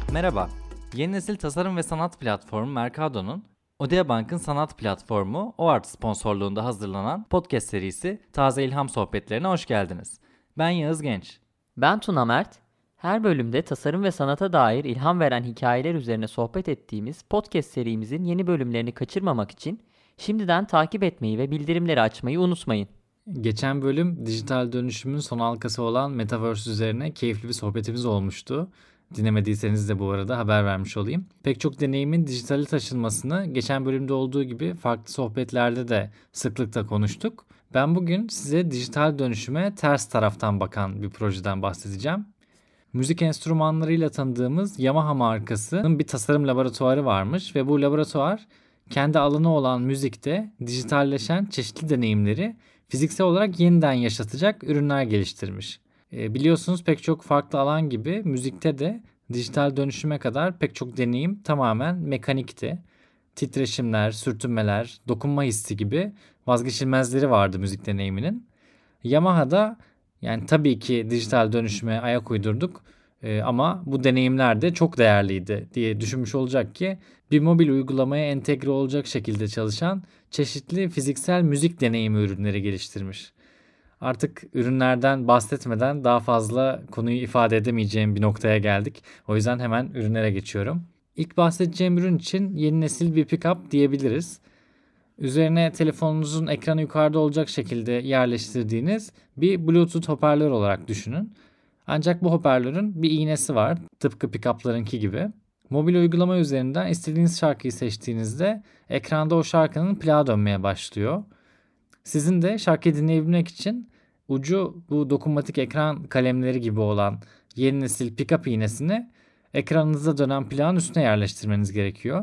Merhaba, yeni nesil tasarım ve sanat platformu Mercado'nun Odeabank'ın sanat platformu OART sponsorluğunda hazırlanan podcast serisi Taze İlham Sohbetlerine hoş geldiniz. Ben Yağız Genç. Ben Tuna Mert. Her bölümde tasarım ve sanata dair ilham veren hikayeler üzerine sohbet ettiğimiz podcast serimizin yeni bölümlerini kaçırmamak için şimdiden takip etmeyi ve bildirimleri açmayı unutmayın. Geçen bölüm dijital dönüşümün son halkası olan Metaverse üzerine keyifli bir sohbetimiz olmuştu. Dinlemediyseniz de bu arada haber vermiş olayım. Pek çok deneyimin dijitale taşınmasını geçen bölümde olduğu gibi farklı sohbetlerde de sıklıkla konuştuk. Ben bugün size dijital dönüşüme ters taraftan bakan bir projeden bahsedeceğim. Müzik enstrümanlarıyla tanıdığımız Yamaha markasının bir tasarım laboratuvarı varmış ve bu laboratuvar kendi alanı olan müzikte dijitalleşen çeşitli deneyimleri fiziksel olarak yeniden yaşatacak ürünler geliştirmiş. Biliyorsunuz pek çok farklı alan gibi müzikte de dijital dönüşüme kadar pek çok deneyim tamamen mekanikti. Titreşimler, sürtünmeler, dokunma hissi gibi vazgeçilmezleri vardı müzik deneyiminin. Yamaha'da yani tabii ki dijital dönüşüme ayak uydurduk ama bu deneyimler de çok değerliydi diye düşünmüş olacak ki bir mobil uygulamaya entegre olacak şekilde çalışan çeşitli fiziksel müzik deneyimi ürünleri geliştirmiş. Artık ürünlerden bahsetmeden daha fazla konuyu ifade edemeyeceğim bir noktaya geldik. O yüzden hemen ürünlere geçiyorum. İlk bahsedeceğim ürün için yeni nesil bir pick-up diyebiliriz. Üzerine telefonunuzun ekranı yukarıda olacak şekilde yerleştirdiğiniz bir Bluetooth hoparlör olarak düşünün. Ancak bu hoparlörün bir iğnesi var, tıpkı pick-up'larınki gibi. Mobil uygulama üzerinden istediğiniz şarkıyı seçtiğinizde ekranda o şarkının plağa dönmeye başlıyor. Sizin de şarkıyı dinleyebilmek için ucu bu dokunmatik ekran kalemleri gibi olan yeni nesil pick-up iğnesini ekranınıza dönen plağın üstüne yerleştirmeniz gerekiyor.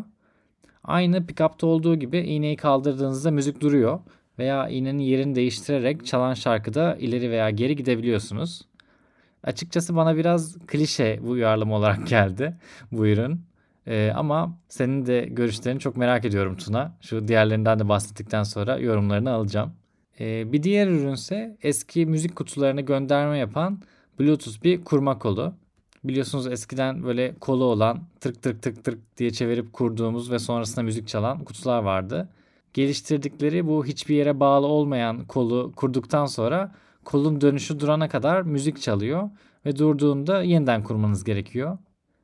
Aynı pick-up'ta olduğu gibi iğneyi kaldırdığınızda müzik duruyor veya iğnenin yerini değiştirerek çalan şarkıda ileri veya geri gidebiliyorsunuz. Açıkçası bana biraz klişe bu uyarlama olarak geldi bu ürün. Ama senin de görüşlerini çok merak ediyorum Tuna. Şu diğerlerinden de bahsettikten sonra yorumlarını alacağım. Bir diğer ürünse eski müzik kutularına gönderme yapan Bluetooth bir kurma kolu. Biliyorsunuz eskiden böyle kolu olan tırk tırk tırk tırk diye çevirip kurduğumuz ve sonrasında müzik çalan kutular vardı. Geliştirdikleri bu hiçbir yere bağlı olmayan kolu kurduktan sonra kolun dönüşü durana kadar müzik çalıyor ve durduğunda yeniden kurmanız gerekiyor.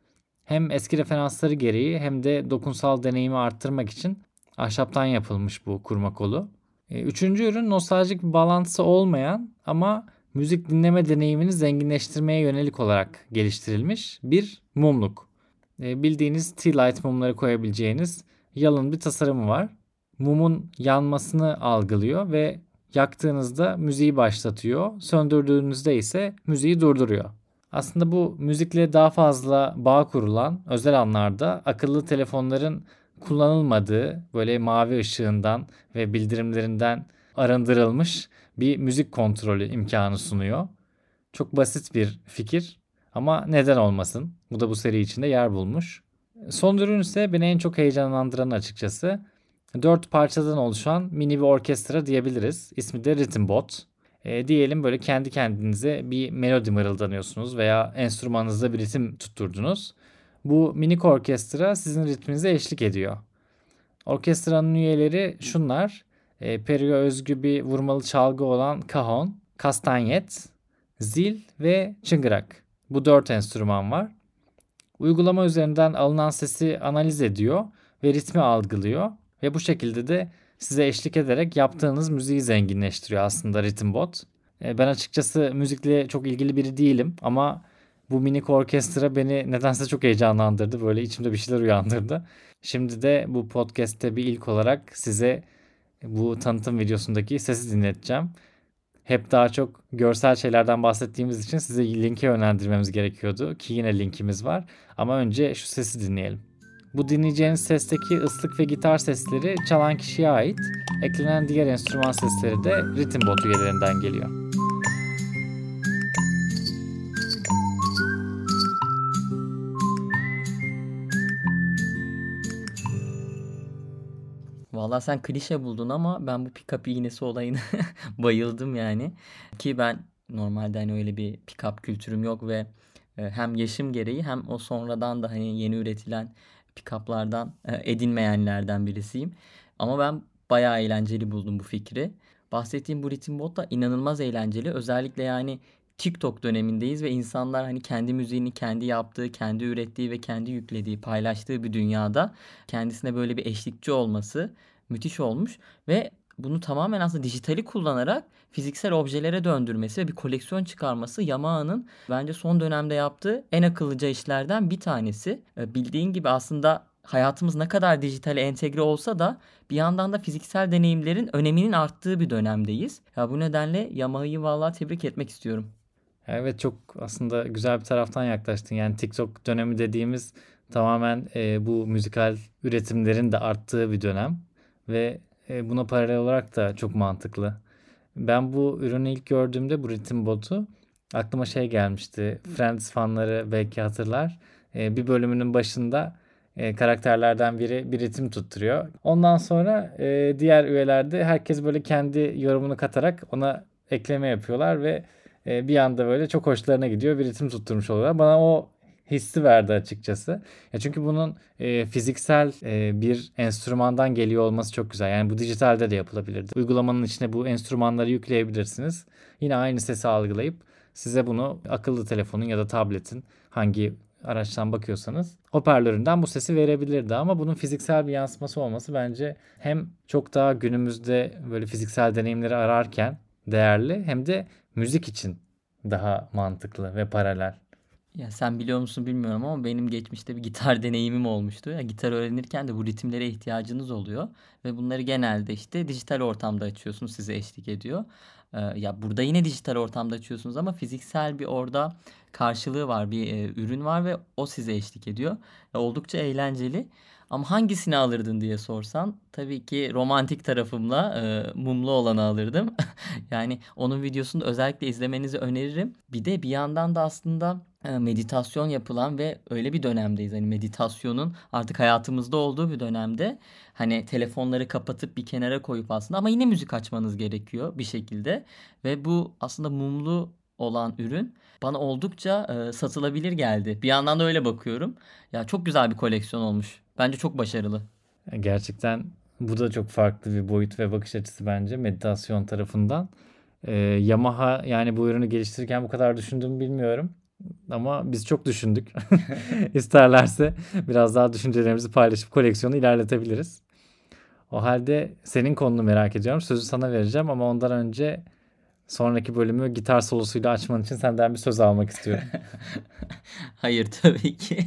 Hem eski referansları gereği hem de dokunsal deneyimi arttırmak için ahşaptan yapılmış bu kurma kolu. Üçüncü ürün nostaljik bir bağlantısı olmayan ama müzik dinleme deneyimini zenginleştirmeye yönelik olarak geliştirilmiş bir mumluk. Bildiğiniz tea light mumları koyabileceğiniz yalın bir tasarımı var. Mumun yanmasını algılıyor ve yaktığınızda müziği başlatıyor. Söndürdüğünüzde ise müziği durduruyor. Aslında bu müzikle daha fazla bağ kurulan özel anlarda akıllı telefonların kullanılmadığı böyle mavi ışığından ve bildirimlerinden arındırılmış bir müzik kontrolü imkanı sunuyor. Çok basit bir fikir ama neden olmasın? Bu da bu seri içinde yer bulmuş. Son ürün ise beni en çok heyecanlandıran açıkçası. 4 parçadan oluşan mini bir orkestra diyebiliriz. İsmi de Rhythm Bot. Diyelim böyle kendi kendinize bir melodi mırıldanıyorsunuz veya enstrümanınızda bir ritim tutturdunuz. Bu minik orkestra sizin ritminize eşlik ediyor. Orkestranın üyeleri şunlar. Peru'ya özgü bir vurmalı çalgı olan cajon, kastanyet, zil ve çıngırak. Bu 4 enstrüman var. Uygulama üzerinden alınan sesi analiz ediyor ve ritmi algılıyor. Ve bu şekilde de size eşlik ederek yaptığınız müziği zenginleştiriyor aslında Rhythm Bot. Ben açıkçası müzikle çok ilgili biri değilim ama bu minik orkestra beni nedense çok heyecanlandırdı. Böyle içimde bir şeyler uyandırdı. Şimdi de bu podcast'te bir ilk olarak size bu tanıtım videosundaki sesi dinleteceğim. Hep daha çok görsel şeylerden bahsettiğimiz için size linke yönlendirmemiz gerekiyordu ki yine linkimiz var. Ama önce şu sesi dinleyelim. Bu dinleyeceğiniz sesteki ıslık ve gitar sesleri çalan kişiye ait. Eklenen diğer enstrüman sesleri de Rhythm Bot üyelerinden geliyor. Vallahi sen klişe buldun ama ben bu pick-up iğnesi olayını bayıldım yani. Ki ben normalde hani öyle bir pick-up kültürüm yok ve Hem yaşım gereği hem o sonradan da hani yeni üretilen pick-up'lardan edinmeyenlerden birisiyim. Ama ben bayağı eğlenceli buldum bu fikri. Bahsettiğim bu ritim bot da inanılmaz eğlenceli. Özellikle yani TikTok dönemindeyiz ve insanlar hani kendi müziğini kendi yaptığı, kendi ürettiği ve kendi yüklediği, paylaştığı bir dünyada kendisine böyle bir eşlikçi olması müthiş olmuş ve bunu tamamen aslında dijitali kullanarak fiziksel objelere döndürmesi ve bir koleksiyon çıkarması Yamaha'nın bence son dönemde yaptığı en akıllıca işlerden bir tanesi. Bildiğin gibi aslında hayatımız ne kadar dijitale entegre olsa da bir yandan da fiziksel deneyimlerin öneminin arttığı bir dönemdeyiz. Ya bu nedenle Yamaha'yı vallahi tebrik etmek istiyorum. Evet, çok aslında güzel bir taraftan yaklaştın. Yani TikTok dönemi dediğimiz tamamen bu müzikal üretimlerin de arttığı bir dönem ve buna paralel olarak da çok mantıklı. Ben bu ürünü ilk gördüğümde, bu ritim botu, aklıma şey gelmişti. Friends fanları belki hatırlar. Bir bölümünün başında karakterlerden biri bir ritim tutturuyor. Ondan sonra diğer üyeler de herkes böyle kendi yorumunu katarak ona ekleme yapıyorlar ve bir anda böyle çok hoşlarına gidiyor, bir ritim tutturmuş oluyorlar. Bana o hissi verdi açıkçası. Ya çünkü bunun fiziksel bir enstrümandan geliyor olması çok güzel. Yani bu dijitalde de yapılabilirdi. Uygulamanın içine bu enstrümanları yükleyebilirsiniz. Yine aynı sesi algılayıp size bunu akıllı telefonun ya da tabletin, hangi araçtan bakıyorsanız, hoparlöründen bu sesi verebilirdi. Ama bunun fiziksel bir yansıması olması bence hem çok daha günümüzde böyle fiziksel deneyimleri ararken değerli, hem de müzik için daha mantıklı ve paralel. Ya sen biliyor musun bilmiyorum ama benim geçmişte bir gitar deneyimim olmuştu. Ya gitar öğrenirken de bu ritimlere ihtiyacınız oluyor ve bunları genelde işte dijital ortamda açıyorsunuz, size eşlik ediyor. Ya burada yine dijital ortamda açıyorsunuz ama fiziksel bir orada karşılığı var, bir ürün var ve o size eşlik ediyor. Oldukça eğlenceli. Ama hangisini alırdın diye sorsan tabii ki romantik tarafımla mumlu olanı alırdım. Yani onun videosunu özellikle izlemenizi öneririm. Bir de bir yandan da aslında meditasyon yapılan ve öyle bir dönemdeyiz. Hani meditasyonun artık hayatımızda olduğu bir dönemde hani telefonları kapatıp bir kenara koyup aslında ama yine müzik açmanız gerekiyor bir şekilde. Ve bu aslında mumlu olan ürün bana oldukça satılabilir geldi. Bir yandan da öyle bakıyorum. Ya çok güzel bir koleksiyon olmuş. Bence çok başarılı. Gerçekten bu da çok farklı bir boyut ve bakış açısı bence meditasyon tarafından. Yamaha yani bu ürünü geliştirirken bu kadar düşündüğümü bilmiyorum. Ama biz çok düşündük. İsterlerse biraz daha düşüncelerimizi paylaşıp koleksiyonu ilerletebiliriz. O halde senin konunu merak ediyorum. Sözü sana vereceğim ama ondan önce sonraki bölümü gitar solosuyla açman için senden bir söz almak istiyorum. Hayır tabii ki.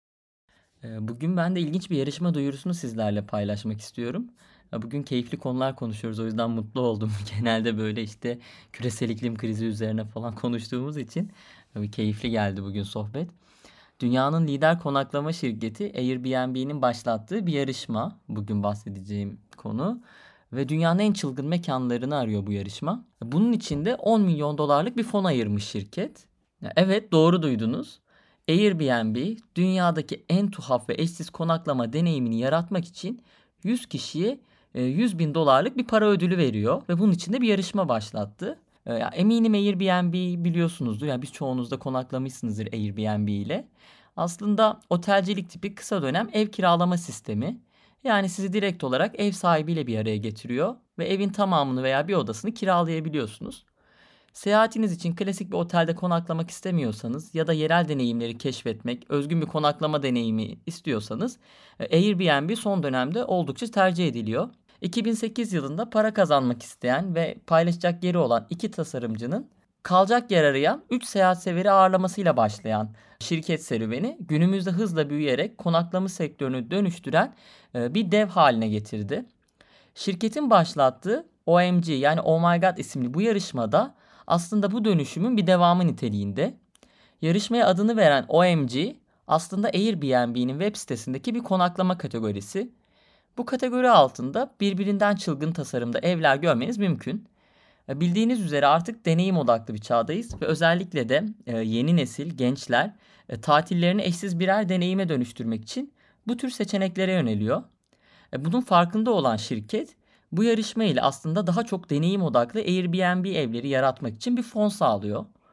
Bugün ben de ilginç bir yarışma duyurusunu sizlerle paylaşmak istiyorum. Bugün keyifli konular konuşuyoruz. O yüzden mutlu oldum. Genelde böyle işte küresel iklim krizi üzerine falan konuştuğumuz için keyifli geldi bugün sohbet. Dünyanın lider konaklama şirketi Airbnb'nin başlattığı bir yarışma. Bugün bahsedeceğim konu. Ve dünyanın en çılgın mekanlarını arıyor bu yarışma. Bunun için de 10 milyon dolarlık bir fon ayırmış şirket. Evet, doğru duydunuz. Airbnb dünyadaki en tuhaf ve eşsiz konaklama deneyimini yaratmak için 100 kişiye 100 bin dolarlık bir para ödülü veriyor. Ve bunun için de bir yarışma başlattı. Ya eminim Airbnb biliyorsunuzdur. Yani biz çoğunuz da konaklamışsınızdır Airbnb ile. Aslında otelcilik tipi kısa dönem ev kiralama sistemi. Yani sizi direkt olarak ev sahibiyle bir araya getiriyor ve evin tamamını veya bir odasını kiralayabiliyorsunuz. Seyahatiniz için klasik bir otelde konaklamak istemiyorsanız ya da yerel deneyimleri keşfetmek, özgün bir konaklama deneyimi istiyorsanız Airbnb son dönemde oldukça tercih ediliyor. 2008 yılında para kazanmak isteyen ve paylaşacak yeri olan iki tasarımcının kalacak yer arayan 3 seyahat severi ağırlamasıyla başlayan şirket serüveni günümüzde hızla büyüyerek konaklama sektörünü dönüştüren bir dev haline getirdi. Şirketin başlattığı OMG yani Oh My God isimli bu yarışmada aslında bu dönüşümün bir devamı niteliğinde. Yarışmaya adını veren OMG aslında Airbnb'nin web sitesindeki bir konaklama kategorisi. Bu kategori altında birbirinden çılgın tasarımda evler görmeniz mümkün. Bildiğiniz üzere artık deneyim odaklı bir çağdayız ve özellikle de yeni nesil gençler tatillerini eşsiz birer deneyime dönüştürmek için bu tür seçeneklere yöneliyor. Bunun farkında olan şirket bu yarışma ile aslında daha çok deneyim odaklı Airbnb evleri yaratmak için bir fon sağlıyor.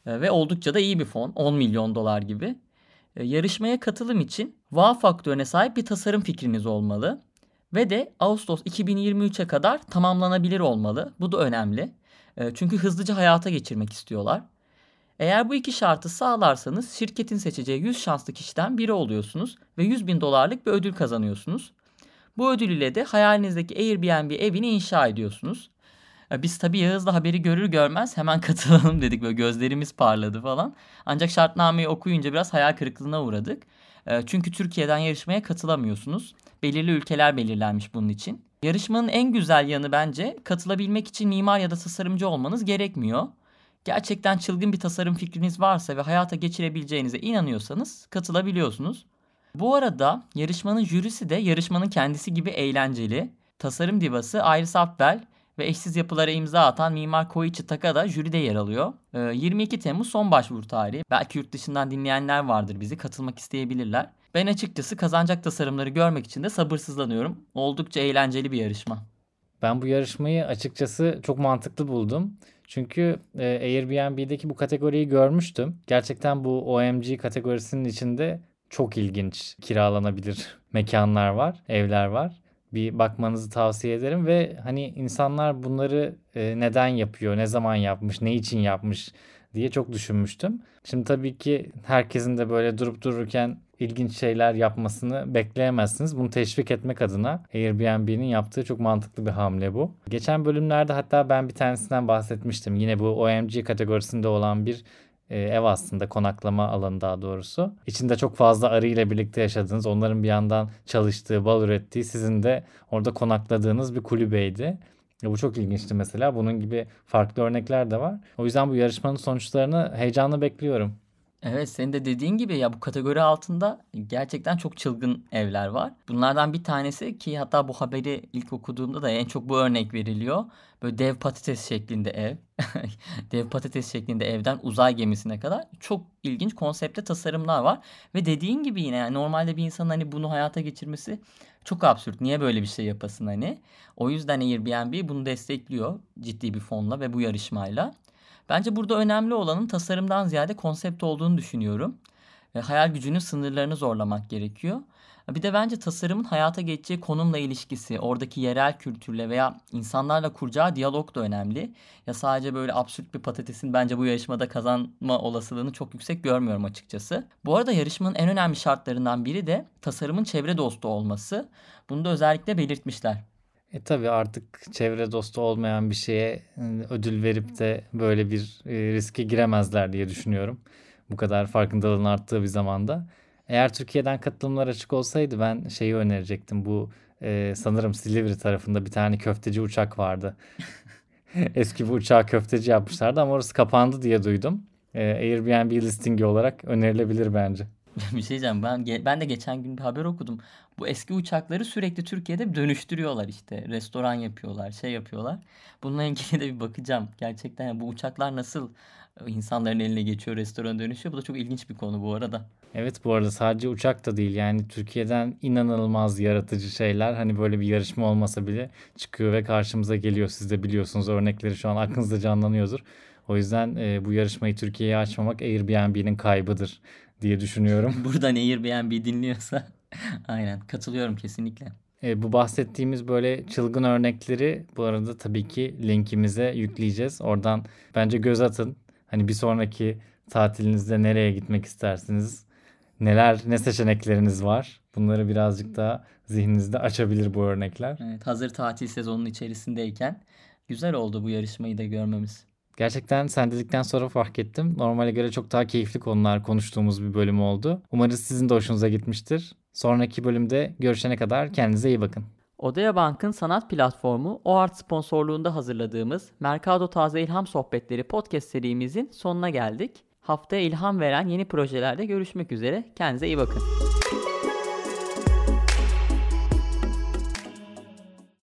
Ve oldukça da iyi bir fon. 10 milyon dolar gibi. Yarışmaya katılım için wow faktörüne sahip bir tasarım fikriniz olmalı. Ve de Ağustos 2023'e kadar tamamlanabilir olmalı. Bu da önemli. Çünkü hızlıca hayata geçirmek istiyorlar. Eğer bu iki şartı sağlarsanız şirketin seçeceği 100 şanslı kişiden biri oluyorsunuz ve 100 bin dolarlık bir ödül kazanıyorsunuz. Bu ödül ile de hayalinizdeki Airbnb evini inşa ediyorsunuz. Biz tabii Yağız'la haberi görür görmez hemen katılalım dedik. Böyle gözlerimiz parladı falan. Ancak şartnameyi okuyunca biraz hayal kırıklığına uğradık. Çünkü Türkiye'den yarışmaya katılamıyorsunuz. Belirli ülkeler belirlenmiş bunun için. Yarışmanın en güzel yanı bence katılabilmek için mimar ya da tasarımcı olmanız gerekmiyor. Gerçekten çılgın bir tasarım fikriniz varsa ve hayata geçirebileceğinize inanıyorsanız katılabiliyorsunuz. Bu arada yarışmanın jürisi de yarışmanın kendisi gibi eğlenceli. Tasarım divası Iris Apfel ve eşsiz yapılara imza atan mimar Koichi Takada jüride yer alıyor. 22 Temmuz son başvuru tarihi. Belki yurt dışından dinleyenler vardır, bizi katılmak isteyebilirler. Ben açıkçası kazanacak tasarımları görmek için de sabırsızlanıyorum. Oldukça eğlenceli bir yarışma. Ben bu yarışmayı açıkçası çok mantıklı buldum. Çünkü Airbnb'deki bu kategoriyi görmüştüm. Gerçekten bu OMG kategorisinin içinde çok ilginç kiralanabilir mekanlar var, evler var. Bir bakmanızı tavsiye ederim ve hani insanlar bunları neden yapıyor, ne zaman yapmış, ne için yapmış diye çok düşünmüştüm. Şimdi tabii ki herkesin de böyle durup dururken ilginç şeyler yapmasını bekleyemezsiniz. Bunu teşvik etmek adına Airbnb'nin yaptığı çok mantıklı bir hamle bu. Geçen bölümlerde hatta ben bir tanesinden bahsetmiştim. Yine bu OMG kategorisinde olan bir ev, aslında konaklama alanı daha doğrusu. İçinde çok fazla arı ile birlikte yaşadığınız, onların bir yandan çalıştığı, bal ürettiği, sizin de orada konakladığınız bir kulübeydi. Bu çok ilginçti mesela. Bunun gibi farklı örnekler de var. O yüzden bu yarışmanın sonuçlarını heyecanla bekliyorum. Evet, senin de dediğin gibi ya bu kategori altında gerçekten çok çılgın evler var. Bunlardan bir tanesi ki hatta bu haberi ilk okuduğumda da en çok bu örnek veriliyor. Böyle dev patates şeklinde ev. Dev patates şeklinde evden uzay gemisine kadar çok ilginç konsepte tasarımlar var. Ve dediğin gibi yine yani normalde bir insanın hani bunu hayata geçirmesi çok absürt. Niye böyle bir şey yapasın hani? O yüzden Airbnb bunu destekliyor ciddi bir fonla ve bu yarışmayla. Bence burada önemli olanın tasarımdan ziyade konsept olduğunu düşünüyorum. Hayal gücünün sınırlarını zorlamak gerekiyor. Bir de bence tasarımın hayata geçeceği konumla ilişkisi, oradaki yerel kültürle veya insanlarla kuracağı diyalog da önemli. Ya sadece böyle absürt bir patatesin bence bu yarışmada kazanma olasılığını çok yüksek görmüyorum açıkçası. Bu arada yarışmanın en önemli şartlarından biri de tasarımın çevre dostu olması. Bunu da özellikle belirtmişler. Tabii artık çevre dostu olmayan bir şeye ödül verip de böyle bir riske giremezler diye düşünüyorum. Bu kadar farkındalığın arttığı bir zamanda. Eğer Türkiye'den katılımlar açık olsaydı ben şeyi önerecektim. Bu sanırım Silivri tarafında bir tane köfteci uçak vardı. Eski bu uçağı köfteci yapmışlardı ama orası kapandı diye duydum. Airbnb listingi olarak önerilebilir bence. Bir şey diyeceğim. Ben de geçen gün bir haber okudum. Bu eski uçakları sürekli Türkiye'de dönüştürüyorlar işte. Restoran yapıyorlar, şey yapıyorlar. Bununla ilgili de bir bakacağım. Gerçekten yani bu uçaklar nasıl insanların eline geçiyor, restoran dönüşüyor. Bu da çok ilginç bir konu bu arada. Evet, bu arada sadece uçak da değil, yani Türkiye'den inanılmaz yaratıcı şeyler, hani böyle bir yarışma olmasa bile çıkıyor ve karşımıza geliyor. Siz de biliyorsunuz, örnekleri şu an aklınızda canlanıyordur. O yüzden bu yarışmayı Türkiye'ye açmamak Airbnb'nin kaybıdır diye düşünüyorum. Buradan Airbnb dinliyorsa aynen katılıyorum kesinlikle. Bu bahsettiğimiz böyle çılgın örnekleri bu arada tabii ki linkimize yükleyeceğiz. Oradan bence göz atın. Hani bir sonraki tatilinizde nereye gitmek istersiniz? Ne seçenekleriniz var? Bunları birazcık daha zihninizde açabilir bu örnekler. Evet, hazır tatil sezonunun içerisindeyken güzel oldu bu yarışmayı da görmemiz. Gerçekten sen dedikten sonra fark ettim. Normale göre çok daha keyifli konular konuştuğumuz bir bölüm oldu. Umarız sizin de hoşunuza gitmiştir. Sonraki bölümde görüşene kadar kendinize iyi bakın. Odea Bank'ın sanat platformu OART sponsorluğunda hazırladığımız Mercado Taze İlham Sohbetleri podcast serimizin sonuna geldik. Haftaya ilham veren yeni projelerde görüşmek üzere. Kendinize iyi bakın.